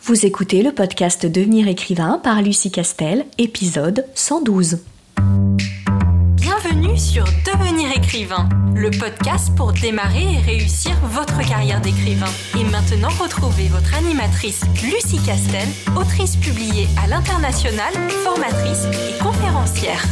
Vous écoutez le podcast Devenir écrivain par Lucie Castel, épisode 112. Bienvenue sur Devenir écrivain, le podcast pour démarrer et réussir votre carrière d'écrivain. Et maintenant, retrouvez votre animatrice Lucie Castel, autrice publiée à l'international, formatrice et conférencière.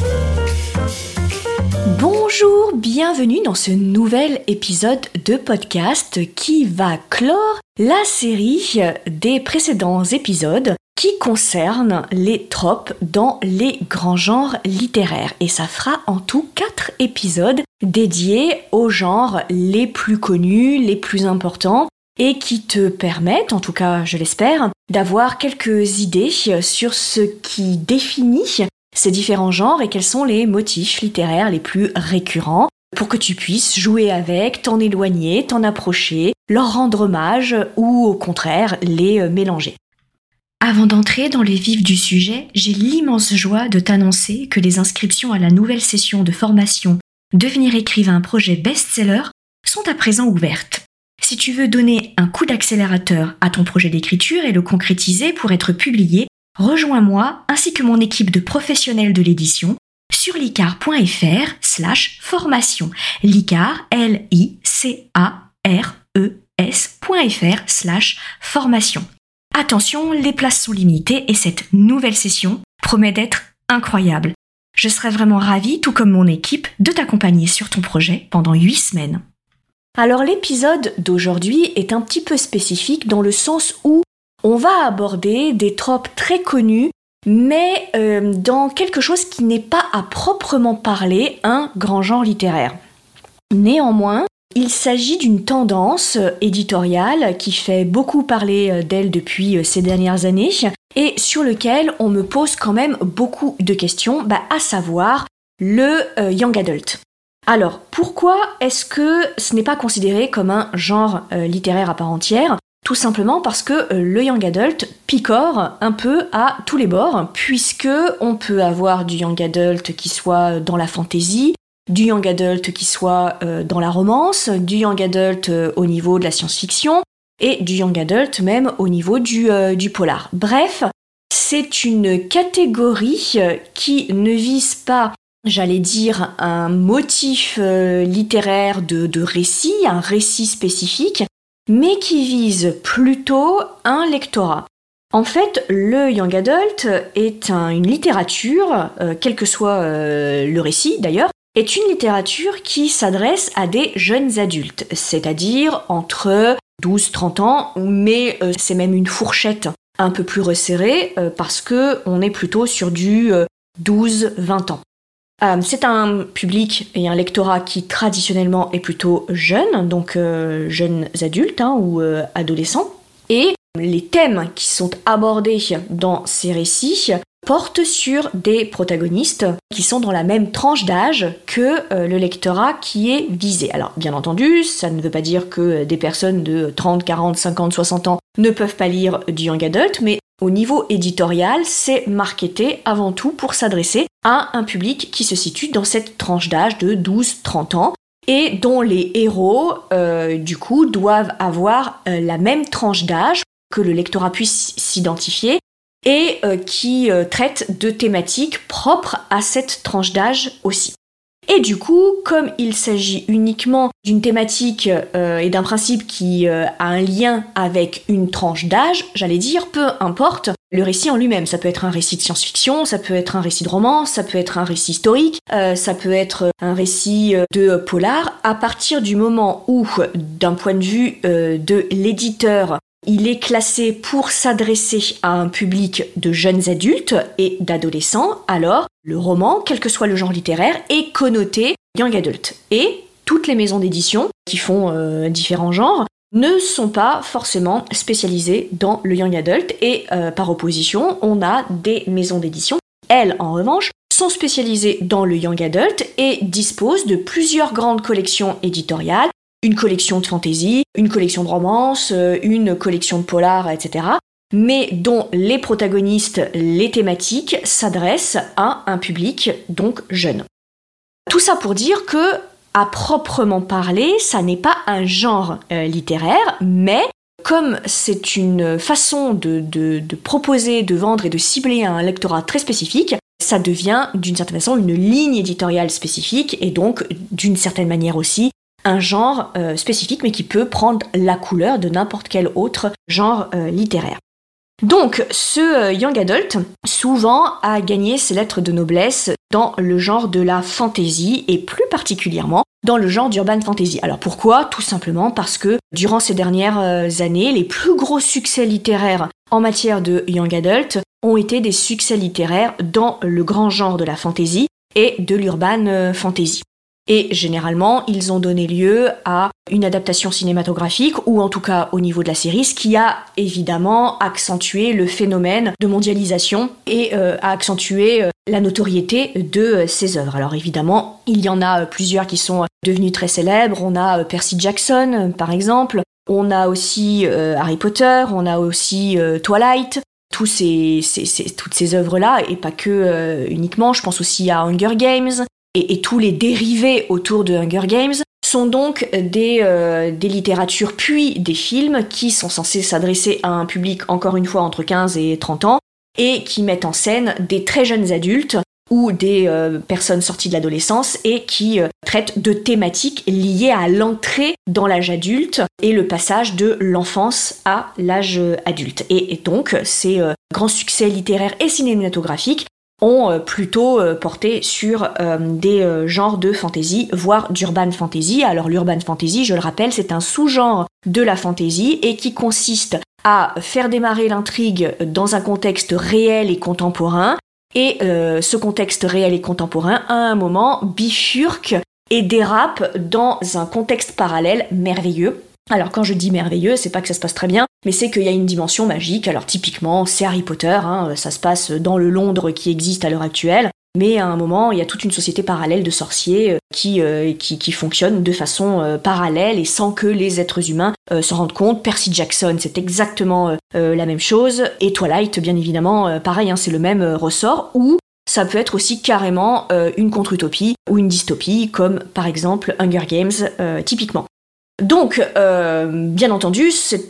Bonjour, bienvenue dans ce nouvel épisode de podcast qui va clore la série des précédents épisodes qui concernent les tropes dans les grands genres littéraires. Et ça fera en tout 4 épisodes dédiés aux genres les plus connus, les plus importants et qui te permettent, en tout cas je l'espère, d'avoir quelques idées sur ce qui définit ces différents genres et quels sont les motifs littéraires les plus récurrents pour que tu puisses jouer avec, t'en éloigner, t'en approcher, leur rendre hommage ou au contraire les mélanger. Avant d'entrer dans les vifs du sujet, j'ai l'immense joie de t'annoncer que les inscriptions à la nouvelle session de formation Devenir écrivain projet best-seller sont à présent ouvertes. Si tu veux donner un coup d'accélérateur à ton projet d'écriture et le concrétiser pour être publié, rejoins-moi ainsi que mon équipe de professionnels de l'édition sur licar.fr/formation. Licar, licares.fr/formation. Attention, les places sont limitées et cette nouvelle session promet d'être incroyable. Je serai vraiment ravie, tout comme mon équipe, de t'accompagner sur ton projet pendant 8 semaines. Alors l'épisode d'aujourd'hui est un petit peu spécifique dans le sens où on va aborder des tropes très connues, mais dans quelque chose qui n'est pas à proprement parler un grand genre littéraire. Néanmoins, il s'agit d'une tendance éditoriale qui fait beaucoup parler d'elle depuis ces dernières années et sur lequel on me pose quand même beaucoup de questions, à savoir le young adult. Alors, pourquoi est-ce que ce n'est pas considéré comme un genre littéraire à part entière ? Tout simplement parce que le young adult picore un peu à tous les bords, puisque on peut avoir du young adult qui soit dans la fantasy, du young adult qui soit dans la romance, du young adult au niveau de la science-fiction, et du young adult même au niveau du polar. Bref, c'est une catégorie qui ne vise pas, j'allais dire, un motif littéraire de récit, un récit spécifique, mais qui vise plutôt un lectorat. En fait, le young adult est une littérature, quel que soit le récit d'ailleurs, est une littérature qui s'adresse à des jeunes adultes, c'est-à-dire entre 12-30 ans, mais c'est même une fourchette un peu plus resserrée parce qu'on est plutôt sur du 12-20 ans. C'est un public et un lectorat qui traditionnellement est plutôt jeune, donc jeunes adultes ou adolescents. Et les thèmes qui sont abordés dans ces récits portent sur des protagonistes qui sont dans la même tranche d'âge que le lectorat qui est visé. Alors bien entendu, ça ne veut pas dire que des personnes de 30, 40, 50, 60 ans ne peuvent pas lire du young adult, mais au niveau éditorial, c'est marketé avant tout pour s'adresser à un public qui se situe dans cette tranche d'âge de 12-30 ans et dont les héros, du coup, doivent avoir la même tranche d'âge que le lectorat puisse s'identifier et qui traite de thématiques propres à cette tranche d'âge aussi. Et du coup, comme il s'agit uniquement d'une thématique et d'un principe qui a un lien avec une tranche d'âge, j'allais dire, peu importe le récit en lui-même. Ça peut être un récit de science-fiction, ça peut être un récit de romance, ça peut être un récit historique, ça peut être un récit de polar. À partir du moment où, d'un point de vue de l'éditeur, il est classé pour s'adresser à un public de jeunes adultes et d'adolescents, alors le roman, quel que soit le genre littéraire, est connoté young adult. Et toutes les maisons d'édition qui font différents genres ne sont pas forcément spécialisées dans le young adult et par opposition, on a des maisons d'édition, elles en revanche, sont spécialisées dans le young adult et disposent de plusieurs grandes collections éditoriales, une collection de fantasy, une collection de romance, une collection de polar, etc., mais dont les protagonistes, les thématiques s'adressent à un public donc jeune. Tout ça pour dire que, à proprement parler, ça n'est pas un genre littéraire, mais comme c'est une façon de proposer, de vendre et de cibler un lectorat très spécifique, ça devient d'une certaine façon une ligne éditoriale spécifique et donc d'une certaine manière aussi un genre spécifique mais qui peut prendre la couleur de n'importe quel autre genre littéraire. Donc ce young adult souvent a gagné ses lettres de noblesse dans le genre de la fantasy et plus particulièrement dans le genre d'urban fantasy. Alors pourquoi ? Tout simplement parce que durant ces dernières années, les plus gros succès littéraires en matière de young adult ont été des succès littéraires dans le grand genre de la fantasy et de l'urban fantasy. Et généralement, ils ont donné lieu à une adaptation cinématographique, ou en tout cas au niveau de la série, ce qui a évidemment accentué le phénomène de mondialisation et a accentué la notoriété de ces œuvres. Alors évidemment, il y en a plusieurs qui sont devenus très célèbres. On a Percy Jackson, par exemple. On a aussi Harry Potter, on a aussi Twilight. Toutes ces œuvres-là, et pas que uniquement, je pense aussi à Hunger Games, et tous les dérivés autour de Hunger Games, sont donc des littératures puis des films qui sont censés s'adresser à un public, encore une fois, entre 15 et 30 ans, et qui mettent en scène des très jeunes adultes ou des personnes sorties de l'adolescence et qui traitent de thématiques liées à l'entrée dans l'âge adulte et le passage de l'enfance à l'âge adulte. Et donc, ces grands succès littéraires et cinématographiques ont plutôt porté sur des genres de fantasy, voire d'urban fantasy. Alors l'urban fantasy, je le rappelle, c'est un sous-genre de la fantasy et qui consiste à faire démarrer l'intrigue dans un contexte réel et contemporain. Et ce contexte réel et contemporain, à un moment, bifurque et dérape dans un contexte parallèle merveilleux. Alors quand je dis merveilleux, c'est pas que ça se passe très bien, mais c'est qu'il y a une dimension magique. Alors typiquement, c'est Harry Potter, ça se passe dans le Londres qui existe à l'heure actuelle, mais à un moment, il y a toute une société parallèle de sorciers qui fonctionne de façon parallèle et sans que les êtres humains s'en rendent compte. Percy Jackson, c'est exactement la même chose, et Twilight, bien évidemment, pareil, c'est le même ressort, ou ça peut être aussi carrément une contre-utopie ou une dystopie, comme par exemple Hunger Games, typiquement. Donc, bien entendu,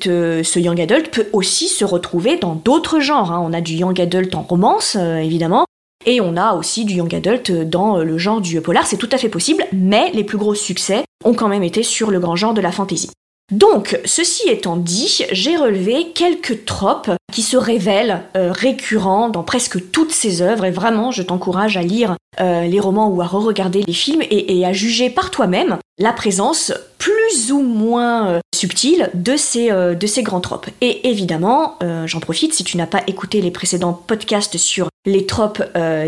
ce young adult peut aussi se retrouver dans d'autres genres. On a du young adult en romance, évidemment, et on a aussi du young adult dans le genre du polar. C'est tout à fait possible, mais les plus gros succès ont quand même été sur le grand genre de la fantasy. Donc, ceci étant dit, j'ai relevé quelques tropes qui se révèlent récurrents dans presque toutes ces œuvres, et vraiment, je t'encourage à lire les romans ou à re-regarder les films et à juger par toi-même la présence plus ou moins subtile de ces grands tropes. Et évidemment, j'en profite, si tu n'as pas écouté les précédents podcasts sur les tropes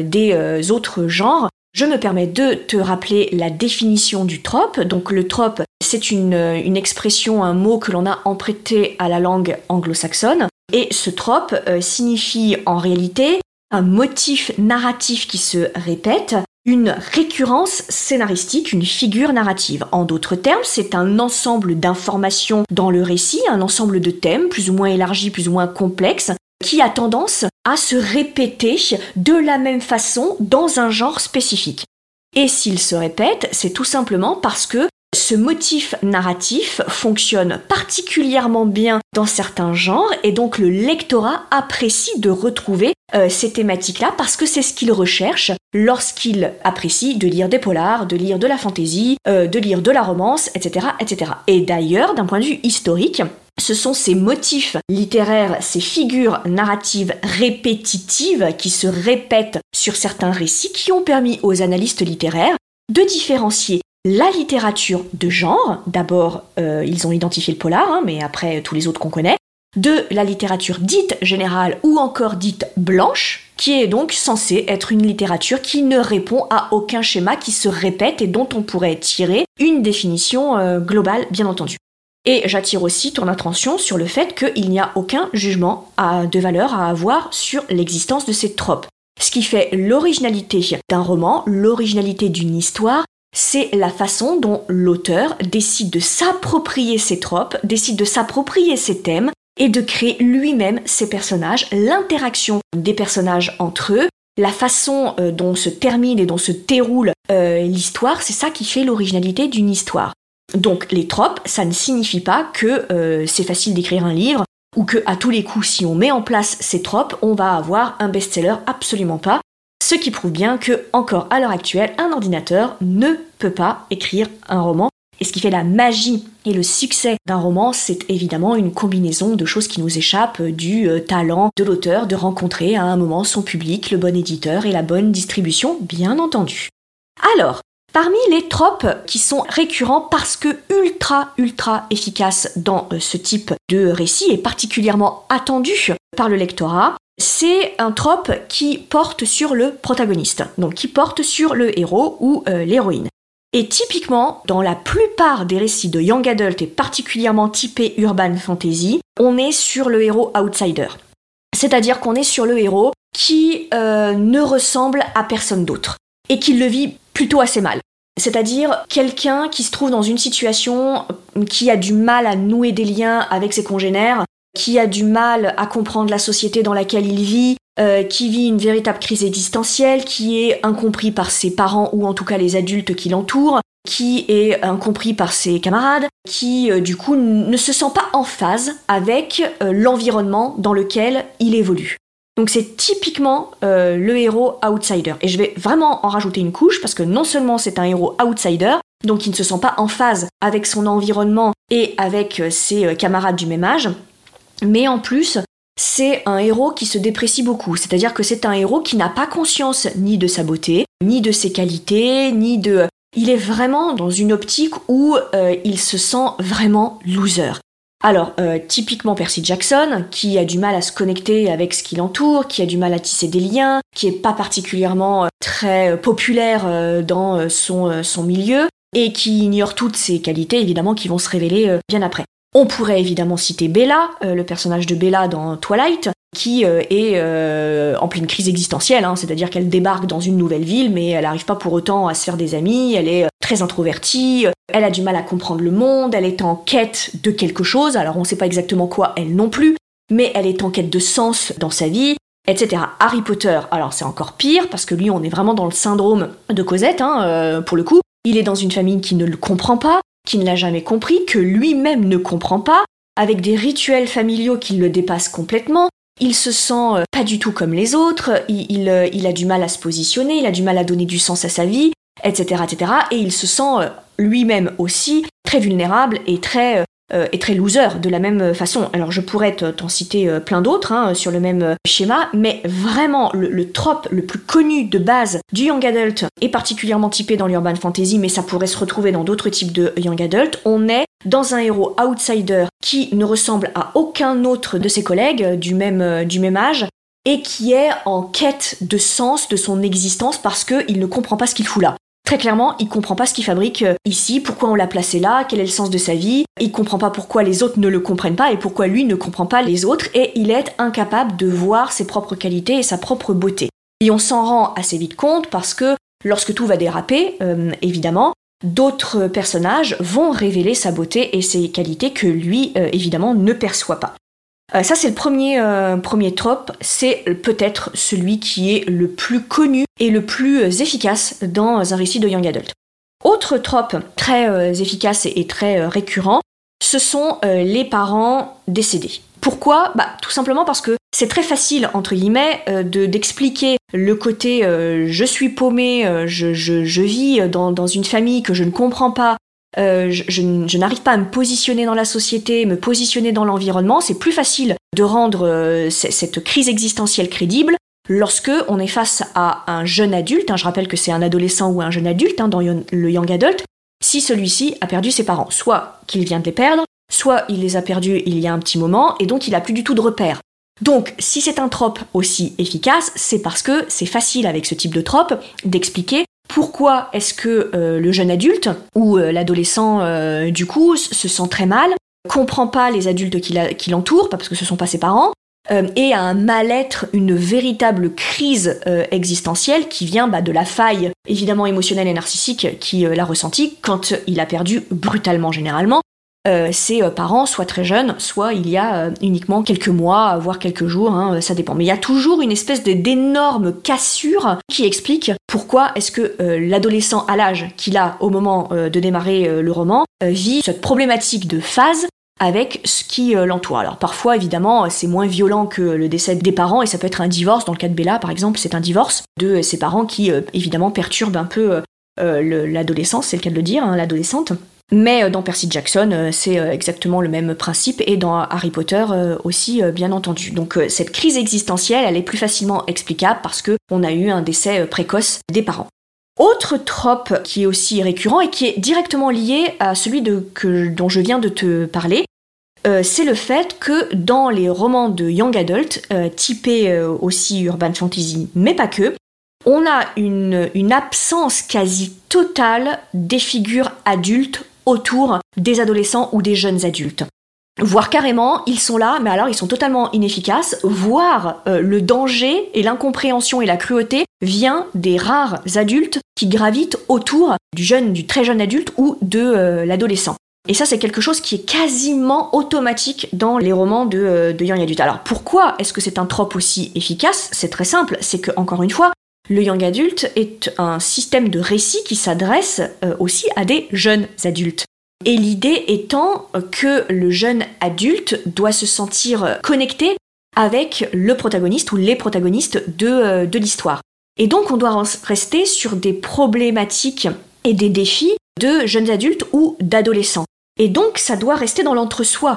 des autres genres, je me permets de te rappeler la définition du trope. Donc le trope, c'est une expression, un mot que l'on a emprunté à la langue anglo-saxonne. Et ce trope signifie en réalité un motif narratif qui se répète, une récurrence scénaristique, une figure narrative. En d'autres termes, c'est un ensemble d'informations dans le récit, un ensemble de thèmes plus ou moins élargis, plus ou moins complexes, qui a tendance à se répéter de la même façon dans un genre spécifique. Et s'il se répète, c'est tout simplement parce que ce motif narratif fonctionne particulièrement bien dans certains genres et donc le lectorat apprécie de retrouver ces thématiques-là parce que c'est ce qu'il recherche lorsqu'il apprécie de lire des polars, de lire de la fantasy, de lire de la romance, etc., etc. Et d'ailleurs, d'un point de vue historique, ce sont ces motifs littéraires, ces figures narratives répétitives qui se répètent sur certains récits qui ont permis aux analystes littéraires de différencier la littérature de genre, d'abord ils ont identifié le polar, mais après tous les autres qu'on connaît, de la littérature dite générale ou encore dite blanche, qui est donc censée être une littérature qui ne répond à aucun schéma qui se répète et dont on pourrait tirer une définition globale, bien entendu. Et j'attire aussi ton attention sur le fait qu'il n'y a aucun jugement de valeur à avoir sur l'existence de ces tropes. Ce qui fait l'originalité d'un roman, l'originalité d'une histoire, c'est la façon dont l'auteur décide de s'approprier ces tropes, décide de s'approprier ces thèmes et de créer lui-même ses personnages, l'interaction des personnages entre eux, la façon dont se termine et dont se déroule l'histoire, c'est ça qui fait l'originalité d'une histoire. Donc les tropes, ça ne signifie pas que c'est facile d'écrire un livre ou que à tous les coups, si on met en place ces tropes, on va avoir un best-seller, absolument pas. Ce qui prouve bien que, encore à l'heure actuelle, un ordinateur ne peut pas écrire un roman. Et ce qui fait la magie et le succès d'un roman, c'est évidemment une combinaison de choses qui nous échappent, du talent de l'auteur de rencontrer à un moment son public, le bon éditeur et la bonne distribution, bien entendu. Alors, parmi les tropes qui sont récurrents parce que ultra efficaces dans ce type de récit et particulièrement attendus par le lectorat, c'est un trope qui porte sur le protagoniste, donc qui porte sur le héros ou l'héroïne. Et typiquement, dans la plupart des récits de young adult et particulièrement typés urban fantasy, on est sur le héros outsider. C'est-à-dire qu'on est sur le héros qui ne ressemble à personne d'autre et qui le vit plutôt assez mal. C'est-à-dire quelqu'un qui se trouve dans une situation qui a du mal à nouer des liens avec ses congénères, qui a du mal à comprendre la société dans laquelle il vit, qui vit une véritable crise existentielle, qui est incompris par ses parents ou en tout cas les adultes qui l'entourent, qui est incompris par ses camarades, qui du coup ne se sent pas en phase avec l'environnement dans lequel il évolue. Donc c'est typiquement le héros outsider. Et je vais vraiment en rajouter une couche parce que non seulement c'est un héros outsider, donc il ne se sent pas en phase avec son environnement et avec ses camarades du même âge, mais en plus, c'est un héros qui se déprécie beaucoup. C'est-à-dire que c'est un héros qui n'a pas conscience ni de sa beauté, ni de ses qualités, ni de... Il est vraiment dans une optique où il se sent vraiment loser. Alors, typiquement Percy Jackson, qui a du mal à se connecter avec ce qui l'entoure, qui a du mal à tisser des liens, qui est pas particulièrement très populaire dans son milieu, et qui ignore toutes ses qualités, évidemment, qui vont se révéler bien après. On pourrait évidemment citer Bella, le personnage de Bella dans Twilight, qui est en pleine crise existentielle, c'est-à-dire qu'elle débarque dans une nouvelle ville, mais elle n'arrive pas pour autant à se faire des amis, elle est très introvertie, elle a du mal à comprendre le monde, elle est en quête de quelque chose, alors on ne sait pas exactement quoi elle non plus, mais elle est en quête de sens dans sa vie, etc. Harry Potter, alors c'est encore pire, parce que lui on est vraiment dans le syndrome de Cosette, pour le coup, il est dans une famille qui ne le comprend pas, qui ne l'a jamais compris, que lui-même ne comprend pas, avec des rituels familiaux qui le dépassent complètement. Il se sent pas du tout comme les autres, il a du mal à se positionner, il a du mal à donner du sens à sa vie, etc. Et il se sent lui-même aussi très vulnérable et très loser de la même façon. Alors je pourrais t'en citer plein d'autres sur le même schéma, mais vraiment le trope le plus connu de base du young adult est particulièrement typé dans l'urban fantasy, mais ça pourrait se retrouver dans d'autres types de young adult. On est dans un héros outsider qui ne ressemble à aucun autre de ses collègues du même âge et qui est en quête de sens de son existence parce qu'il ne comprend pas ce qu'il fout là. Très clairement, il comprend pas ce qu'il fabrique ici, pourquoi on l'a placé là, quel est le sens de sa vie, il comprend pas pourquoi les autres ne le comprennent pas et pourquoi lui ne comprend pas les autres, et il est incapable de voir ses propres qualités et sa propre beauté. Et on s'en rend assez vite compte parce que lorsque tout va déraper, évidemment, d'autres personnages vont révéler sa beauté et ses qualités que lui, évidemment, ne perçoit pas. Ça, c'est le premier trope, c'est peut-être celui qui est le plus connu et le plus efficace dans un récit de young adult. Autre trope très efficace et très récurrent, ce sont les parents décédés. Pourquoi ? Tout simplement parce que c'est très facile, entre guillemets, d'expliquer le côté je suis paumé, je vis dans une famille que je ne comprends pas, je n'arrive pas à me positionner dans la société, me positionner dans l'environnement. C'est plus facile de rendre cette crise existentielle crédible lorsque on est face à un jeune adulte, je rappelle que c'est un adolescent ou un jeune adulte dans le young adult, si celui-ci a perdu ses parents, soit qu'il vient de les perdre, soit il les a perdus il y a un petit moment et donc il a plus du tout de repères. Donc, si c'est un trope aussi efficace, c'est parce que c'est facile avec ce type de trope d'expliquer pourquoi est-ce que le jeune adulte ou l'adolescent du coup se sent très mal, comprend pas les adultes qui l'entourent, parce que ce sont pas ses parents, et a un mal-être, une véritable crise existentielle qui vient de la faille évidemment émotionnelle et narcissique qu'il a ressentie quand il a perdu brutalement généralement ces parents soit très jeunes, soit il y a uniquement quelques mois, voire quelques jours, ça dépend. Mais il y a toujours une espèce d'énorme cassure qui explique pourquoi est-ce que l'adolescent à l'âge qu'il a au moment de démarrer le roman vit cette problématique de phase avec ce qui l'entoure. Alors parfois, évidemment, c'est moins violent que le décès des parents, et ça peut être un divorce. Dans le cas de Bella, par exemple, c'est un divorce de ses parents qui, évidemment, perturbe un peu l'adolescence, c'est le cas de le dire, l'adolescente. Mais dans Percy Jackson, c'est exactement le même principe, et dans Harry Potter aussi, bien entendu. Donc cette crise existentielle, elle est plus facilement explicable parce qu'on a eu un décès précoce des parents. Autre trope qui est aussi récurrent et qui est directement lié à celui dont je viens de te parler, c'est le fait que dans les romans de young adult, typés aussi urban fantasy, mais pas que, on a une absence quasi totale des figures adultes autour des adolescents ou des jeunes adultes. Voire carrément, ils sont là, mais alors ils sont totalement inefficaces, voire le danger et l'incompréhension et la cruauté vient des rares adultes qui gravitent autour du très jeune adulte ou de l'adolescent. Et ça, c'est quelque chose qui est quasiment automatique dans les romans de young adult. Alors pourquoi est-ce que c'est un trope aussi efficace ? C'est très simple, c'est que, encore une fois, le young adult est un système de récit qui s'adresse aussi à des jeunes adultes. Et l'idée étant que le jeune adulte doit se sentir connecté avec le protagoniste ou les protagonistes de l'histoire. Et donc on doit rester sur des problématiques et des défis de jeunes adultes ou d'adolescents. Et donc ça doit rester dans l'entre-soi.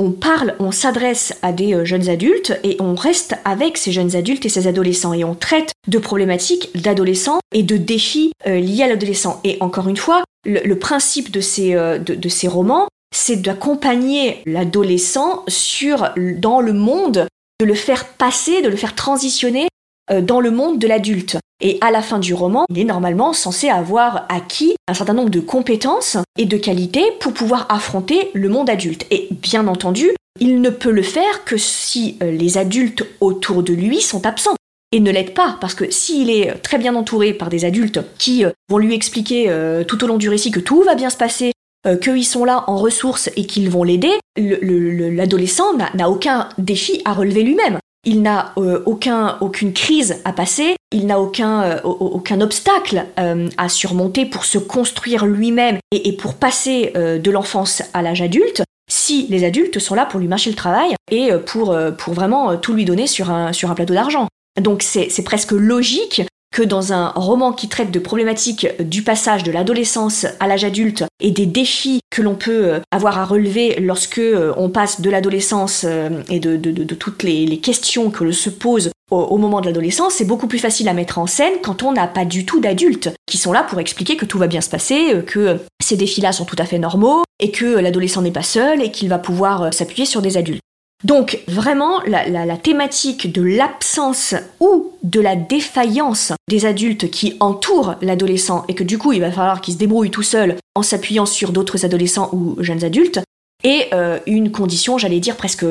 On s'adresse à des jeunes adultes et on reste avec ces jeunes adultes et ces adolescents et on traite de problématiques d'adolescents et de défis liés à l'adolescent. Et encore une fois, le principe de ces romans, c'est d'accompagner l'adolescent dans le monde, de le faire passer, de le faire transitionner dans le monde de l'adulte. Et à la fin du roman, il est normalement censé avoir acquis un certain nombre de compétences et de qualités pour pouvoir affronter le monde adulte. Et bien entendu, il ne peut le faire que si les adultes autour de lui sont absents et ne l'aident pas. Parce que s'il est très bien entouré par des adultes qui vont lui expliquer tout au long du récit que tout va bien se passer, qu'ils sont là en ressources et qu'ils vont l'aider, l'adolescent n'a aucun défi à relever lui-même. Il n'a aucune crise à passer, il n'a aucun obstacle à surmonter pour se construire lui-même et pour passer de l'enfance à l'âge adulte, si les adultes sont là pour lui mâcher le travail et pour vraiment tout lui donner sur un plateau d'argent. Donc c'est presque logique que dans un roman qui traite de problématiques du passage de l'adolescence à l'âge adulte et des défis que l'on peut avoir à relever lorsque on passe de l'adolescence et de toutes les questions que l'on se pose au moment de l'adolescence, c'est beaucoup plus facile à mettre en scène quand on n'a pas du tout d'adultes qui sont là pour expliquer que tout va bien se passer, que ces défis-là sont tout à fait normaux et que l'adolescent n'est pas seul et qu'il va pouvoir s'appuyer sur des adultes. Donc vraiment, la thématique de l'absence ou de la défaillance des adultes qui entourent l'adolescent et que du coup il va falloir qu'il se débrouille tout seul en s'appuyant sur d'autres adolescents ou jeunes adultes est une condition, j'allais dire, presque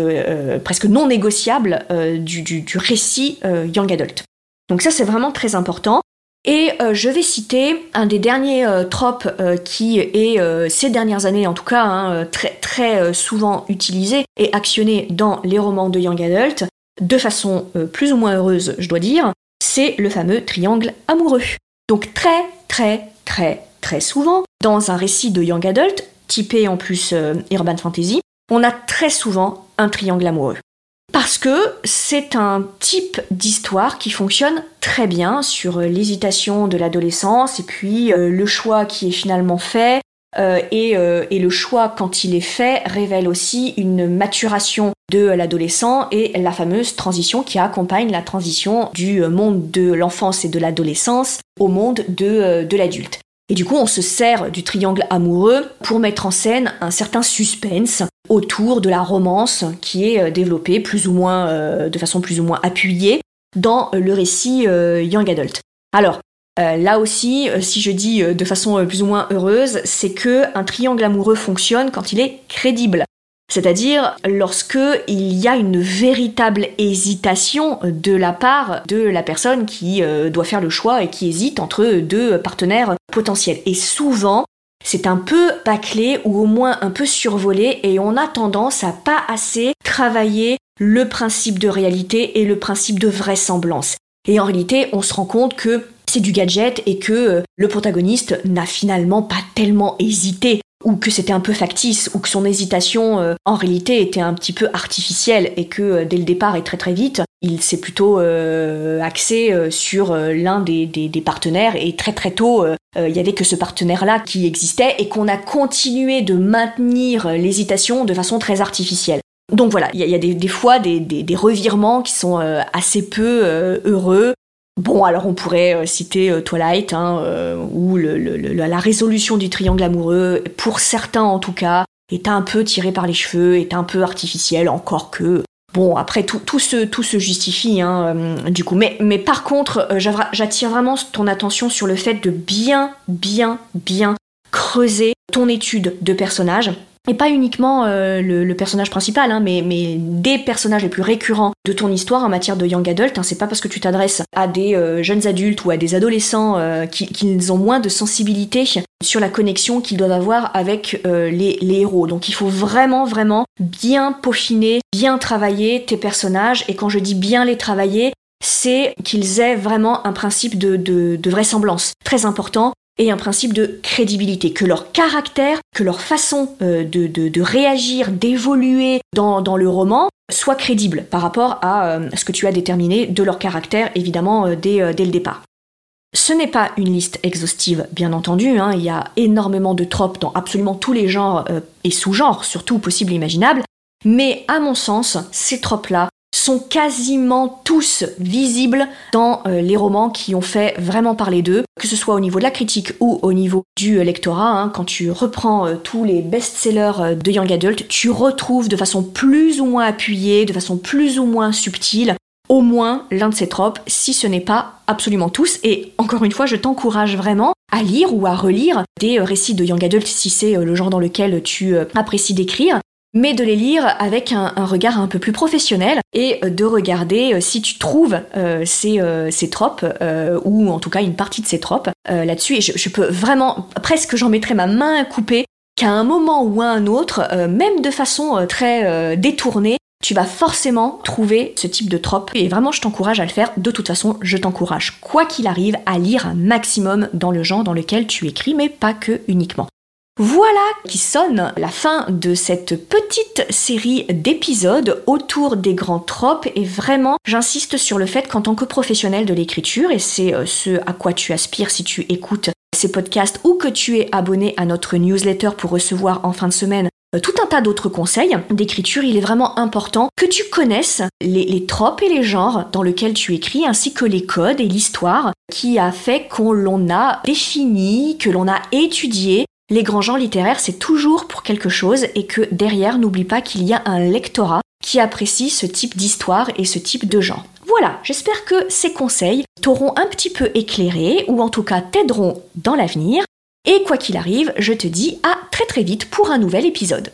non négociable du récit young adult. Donc ça, c'est vraiment très important. Et je vais citer un des derniers tropes qui est, ces dernières années en tout cas, très, très souvent utilisé et actionné dans les romans de young adult, de façon plus ou moins heureuse, je dois dire, c'est le fameux triangle amoureux. Donc très, très, très, très souvent, dans un récit de young adult, typé en plus urban fantasy, on a très souvent un triangle amoureux. Parce que c'est un type d'histoire qui fonctionne très bien sur l'hésitation de l'adolescence et puis le choix qui est finalement fait et le choix quand il est fait révèle aussi une maturation de l'adolescent et la fameuse transition qui accompagne la transition du monde de l'enfance et de l'adolescence au monde de l'adulte. Et du coup, on se sert du triangle amoureux pour mettre en scène un certain suspense autour de la romance qui est développée de façon plus ou moins appuyée dans le récit young adult. Alors, là aussi, si je dis de façon plus ou moins heureuse, c'est que un triangle amoureux fonctionne quand il est crédible. C'est-à-dire lorsque il y a une véritable hésitation de la part de la personne qui doit faire le choix et qui hésite entre deux partenaires potentiels. Et souvent, c'est un peu bâclé ou au moins un peu survolé et on a tendance à pas assez travailler le principe de réalité et le principe de vraisemblance. Et en réalité, on se rend compte que c'est du gadget et que le protagoniste n'a finalement pas tellement hésité, ou que c'était un peu factice, ou que son hésitation en réalité était un petit peu artificielle et que dès le départ et très très vite, il s'est plutôt axé sur l'un des partenaires et très très tôt, il y avait que ce partenaire-là qui existait et qu'on a continué de maintenir l'hésitation de façon très artificielle. Donc voilà, il y a des fois des revirements qui sont assez peu heureux. Bon, alors on pourrait citer Twilight, où la résolution du triangle amoureux, pour certains en tout cas, est un peu tirée par les cheveux, est un peu artificielle, encore que... Bon, après, tout se justifie, du coup. Mais par contre, j'attire vraiment ton attention sur le fait de bien creuser ton étude de personnage. Et pas uniquement le personnage principal, mais des personnages les plus récurrents de ton histoire en matière de young adult. C'est pas parce que tu t'adresses à des jeunes adultes ou à des adolescents qu'ils ont moins de sensibilité sur la connexion qu'ils doivent avoir avec les héros. Donc il faut vraiment bien peaufiner, bien travailler tes personnages. Et quand je dis bien les travailler, c'est qu'ils aient vraiment un principe de vraisemblance très important. Et un principe de crédibilité, que leur caractère, que leur façon de réagir, d'évoluer dans le roman soit crédible par rapport à ce que tu as déterminé de leur caractère, évidemment, dès le départ. Ce n'est pas une liste exhaustive, bien entendu, il y a énormément de tropes dans absolument tous les genres et sous-genres, surtout possibles et imaginables, mais à mon sens, ces tropes-là sont quasiment tous visibles dans les romans qui ont fait vraiment parler d'eux, que ce soit au niveau de la critique ou au niveau du lectorat. Quand tu reprends tous les best-sellers de young adult, tu retrouves de façon plus ou moins appuyée, de façon plus ou moins subtile, au moins l'un de ces tropes, si ce n'est pas absolument tous. Et encore une fois, je t'encourage vraiment à lire ou à relire des récits de young adult si c'est le genre dans lequel tu apprécies d'écrire, mais de les lire avec un regard un peu plus professionnel et de regarder si tu trouves ces tropes, ou en tout cas une partie de ces tropes là-dessus. Et je peux vraiment, presque j'en mettrais ma main à couper, qu'à un moment ou à un autre, même de façon très détournée, tu vas forcément trouver ce type de trope. Et vraiment, je t'encourage à le faire. De toute façon, je t'encourage, quoi qu'il arrive, à lire un maximum dans le genre dans lequel tu écris, mais pas que uniquement. Voilà qui sonne la fin de cette petite série d'épisodes autour des grands tropes, et vraiment j'insiste sur le fait qu'en tant que professionnel de l'écriture, et c'est ce à quoi tu aspires si tu écoutes ces podcasts ou que tu es abonné à notre newsletter pour recevoir en fin de semaine tout un tas d'autres conseils d'écriture, il est vraiment important que tu connaisses les tropes et les genres dans lesquels tu écris, ainsi que les codes et l'histoire qui a fait qu'on l'on a défini, que l'on a étudié. Les grands genres littéraires, c'est toujours pour quelque chose, et que derrière, n'oublie pas qu'il y a un lectorat qui apprécie ce type d'histoire et ce type de genre. Voilà, j'espère que ces conseils t'auront un petit peu éclairé, ou en tout cas t'aideront dans l'avenir. Et quoi qu'il arrive, je te dis à très très vite pour un nouvel épisode.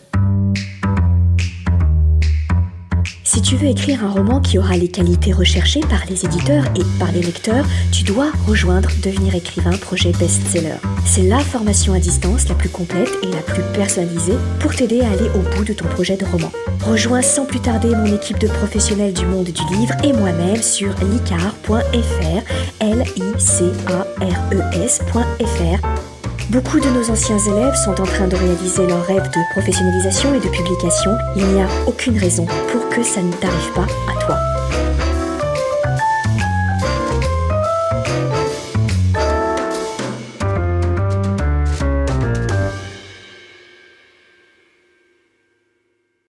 Si tu veux écrire un roman qui aura les qualités recherchées par les éditeurs et par les lecteurs, tu dois rejoindre Devenir écrivain projet best-seller. C'est la formation à distance la plus complète et la plus personnalisée pour t'aider à aller au bout de ton projet de roman. Rejoins sans plus tarder mon équipe de professionnels du monde du livre et moi-même sur licares.fr, licares.fr. Beaucoup de nos anciens élèves sont en train de réaliser leur rêve de professionnalisation et de publication. Il n'y a aucune raison pour que ça ne t'arrive pas à